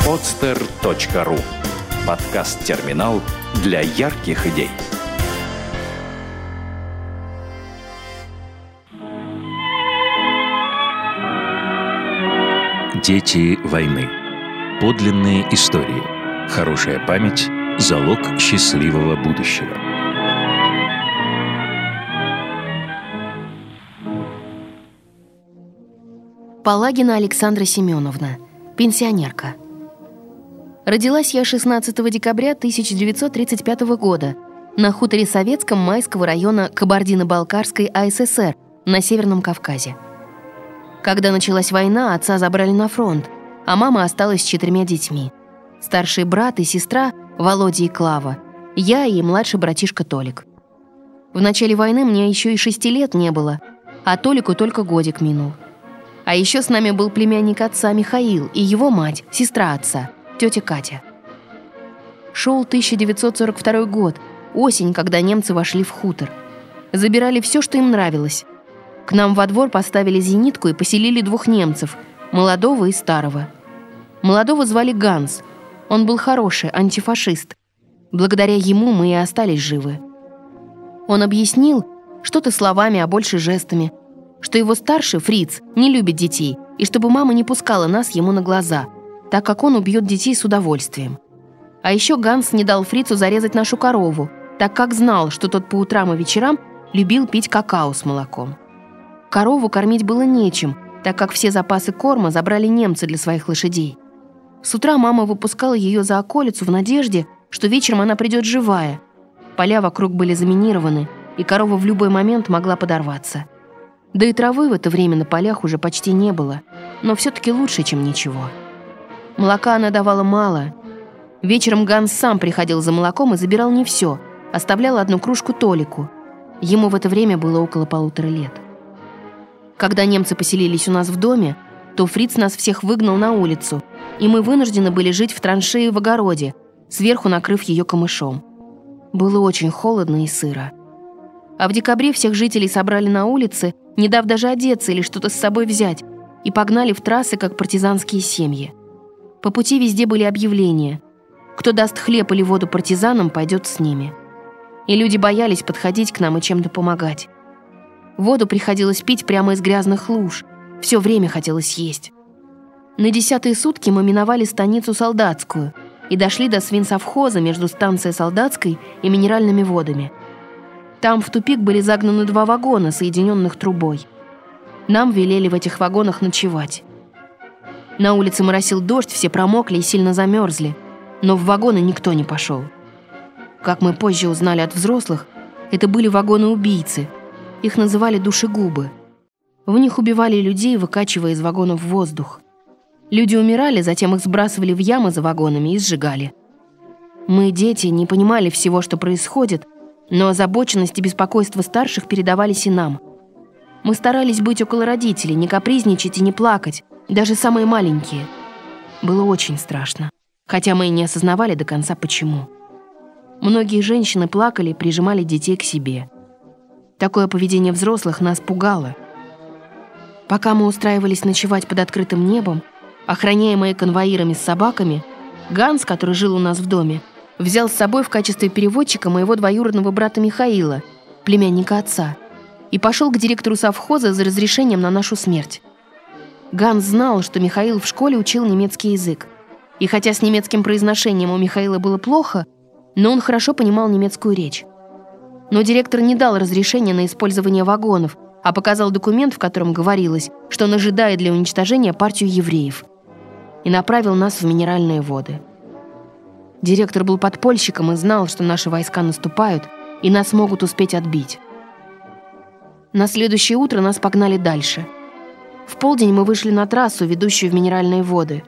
podster.ru. Подкаст-терминал для ярких идей. Дети войны. Подлинные истории. Хорошая память – залог счастливого будущего. Палагина Александра Семеновна, пенсионерка. Родилась я 16 декабря 1935 года на хуторе Советском Майского района Кабардино-Балкарской АССР на Северном Кавказе. Когда началась война, отца забрали на фронт, а мама осталась с 4 детьми. Старший брат и сестра Володя и Клава, я и младший братишка Толик. В начале войны мне еще и 6 лет не было, а Толику только годик минул. А еще с нами был племянник отца Михаил и его мать, сестра отца, тетя Катя. Шел 1942 год, осень, когда немцы вошли в хутор. Забирали все, что им нравилось. К нам во двор поставили зенитку и поселили 2 немцев, молодого и старого. Молодого звали Ганс. Он был хороший, антифашист. Благодаря ему мы и остались живы. Он объяснил, что-то словами, а больше жестами, что его старший, Фриц, не любит детей, и чтобы мама не пускала нас ему на глаза, так как он убьет детей с удовольствием. А еще Ганс не дал Фрицу зарезать нашу корову, так как знал, что тот по утрам и вечерам любил пить какао с молоком. Корову кормить было нечем, так как все запасы корма забрали немцы для своих лошадей. С утра мама выпускала ее за околицу в надежде, что вечером она придет живая. Поля вокруг были заминированы, и корова в любой момент могла подорваться. Да и травы в это время на полях уже почти не было, но все-таки лучше, чем ничего. Молока она давала мало. Вечером Ганс сам приходил за молоком и забирал не все, оставлял 1 кружку Толику. Ему в это время было около 1,5 лет. Когда немцы поселились у нас в доме, то Фриц нас всех выгнал на улицу, и мы вынуждены были жить в траншее в огороде, сверху накрыв ее камышом. Было очень холодно и сыро. А в декабре всех жителей собрали на улице, не дав даже одеться или что-то с собой взять, и погнали в трассы, как партизанские семьи. По пути везде были объявления. Кто даст хлеб или воду партизанам, пойдет с ними. И люди боялись подходить к нам и чем-то помогать. Воду приходилось пить прямо из грязных луж. Все время хотелось есть. На 10-е сутки мы миновали станицу Солдатскую и дошли до свинсовхоза между станцией Солдатской и минеральными водами. Там в тупик были загнаны 2 вагона, соединенных трубой. Нам велели в этих вагонах ночевать. На улице моросил дождь, все промокли и сильно замерзли, но в вагоны никто не пошел. Как мы позже узнали от взрослых, это были вагоны-убийцы. Их называли душегубы. В них убивали людей, выкачивая из вагонов воздух. Люди умирали, затем их сбрасывали в ямы за вагонами и сжигали. Мы, дети, не понимали всего, что происходит, но озабоченность и беспокойство старших передавались и нам. Мы старались быть около родителей, не капризничать и не плакать, даже самые маленькие. Было очень страшно, хотя мы и не осознавали до конца, почему. Многие женщины плакали и прижимали детей к себе. Такое поведение взрослых нас пугало. Пока мы устраивались ночевать под открытым небом, охраняемые конвоирами с собаками, Ганс, который жил у нас в доме, взял с собой в качестве переводчика моего двоюродного брата Михаила, племянника отца, и пошел к директору совхоза за разрешением на нашу смерть. Ганс знал, что Михаил в школе учил немецкий язык, и хотя с немецким произношением у Михаила было плохо, но он хорошо понимал немецкую речь. Но директор не дал разрешения на использование вагонов, а показал документ, в котором говорилось, что он ожидает для уничтожения партию евреев, и направил нас в минеральные воды. Директор был подпольщиком и знал, что наши войска наступают, и нас могут успеть отбить. На следующее утро нас погнали дальше. В полдень мы вышли на трассу, ведущую в минеральные воды.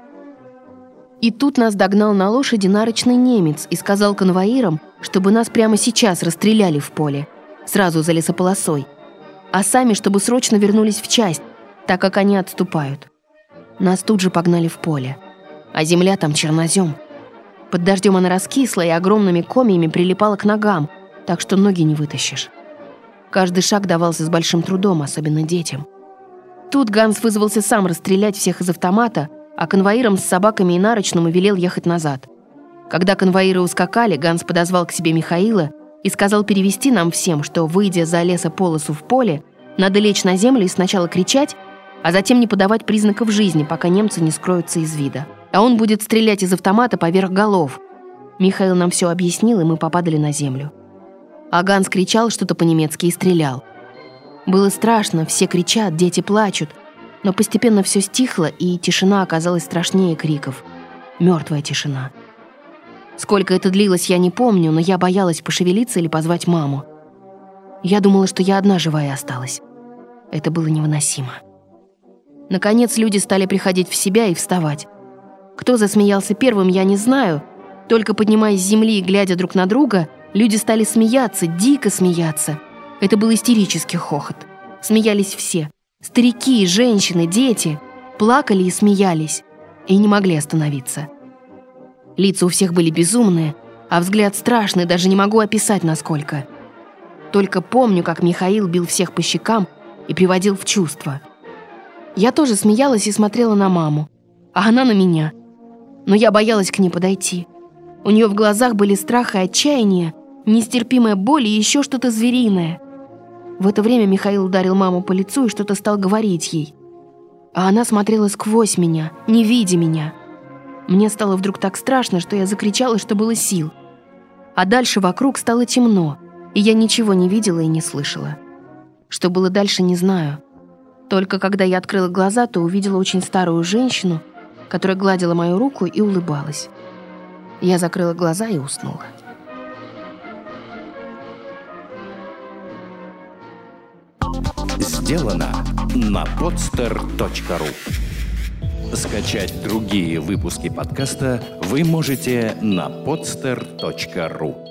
И тут нас догнал на лошади нарочный немец и сказал конвоирам, чтобы нас прямо сейчас расстреляли в поле, сразу за лесополосой, а сами, чтобы срочно вернулись в часть, так как они отступают. Нас тут же погнали в поле, а земля там чернозем. Под дождем она раскисла и огромными комьями прилипала к ногам, так что ноги не вытащишь. Каждый шаг давался с большим трудом, особенно детям. Тут Ганс вызвался сам расстрелять всех из автомата, а конвоирам с собаками и нарочному велел ехать назад. Когда конвоиры ускакали, Ганс подозвал к себе Михаила и сказал перевести нам всем, что, выйдя за лесополосу в поле, надо лечь на землю и сначала кричать, а затем не подавать признаков жизни, пока немцы не скроются из вида. А он будет стрелять из автомата поверх голов. Михаил нам все объяснил, и мы попадали на землю. А Ганс кричал что-то по-немецки и стрелял. Было страшно, все кричат, дети плачут, но постепенно все стихло, и тишина оказалась страшнее криков. Мертвая тишина. Сколько это длилось, я не помню, но я боялась пошевелиться или позвать маму. Я думала, что я одна живая осталась. Это было невыносимо. Наконец люди стали приходить в себя и вставать. Кто засмеялся первым, я не знаю. Только поднимаясь с земли и глядя друг на друга, люди стали смеяться, дико смеяться. Это был истерический хохот. Смеялись все. Старики, женщины, дети. Плакали и смеялись. И не могли остановиться. Лица у всех были безумные, а взгляд страшный, даже не могу описать, насколько. Только помню, как Михаил бил всех по щекам и приводил в чувство. Я тоже смеялась и смотрела на маму, а она на меня. Но я боялась к ней подойти. У нее в глазах были страх и отчаяние, нестерпимая боль и еще что-то звериное. В это время Михаил ударил маму по лицу и что-то стал говорить ей. А она смотрела сквозь меня, не видя меня. Мне стало вдруг так страшно, что я закричала, что было сил. А дальше вокруг стало темно, и я ничего не видела и не слышала. Что было дальше, не знаю. Только когда я открыла глаза, то увидела очень старую женщину, которая гладила мою руку и улыбалась. Я закрыла глаза и уснула. Сделано на podster.ru. Скачать другие выпуски подкаста вы можете на podster.ru.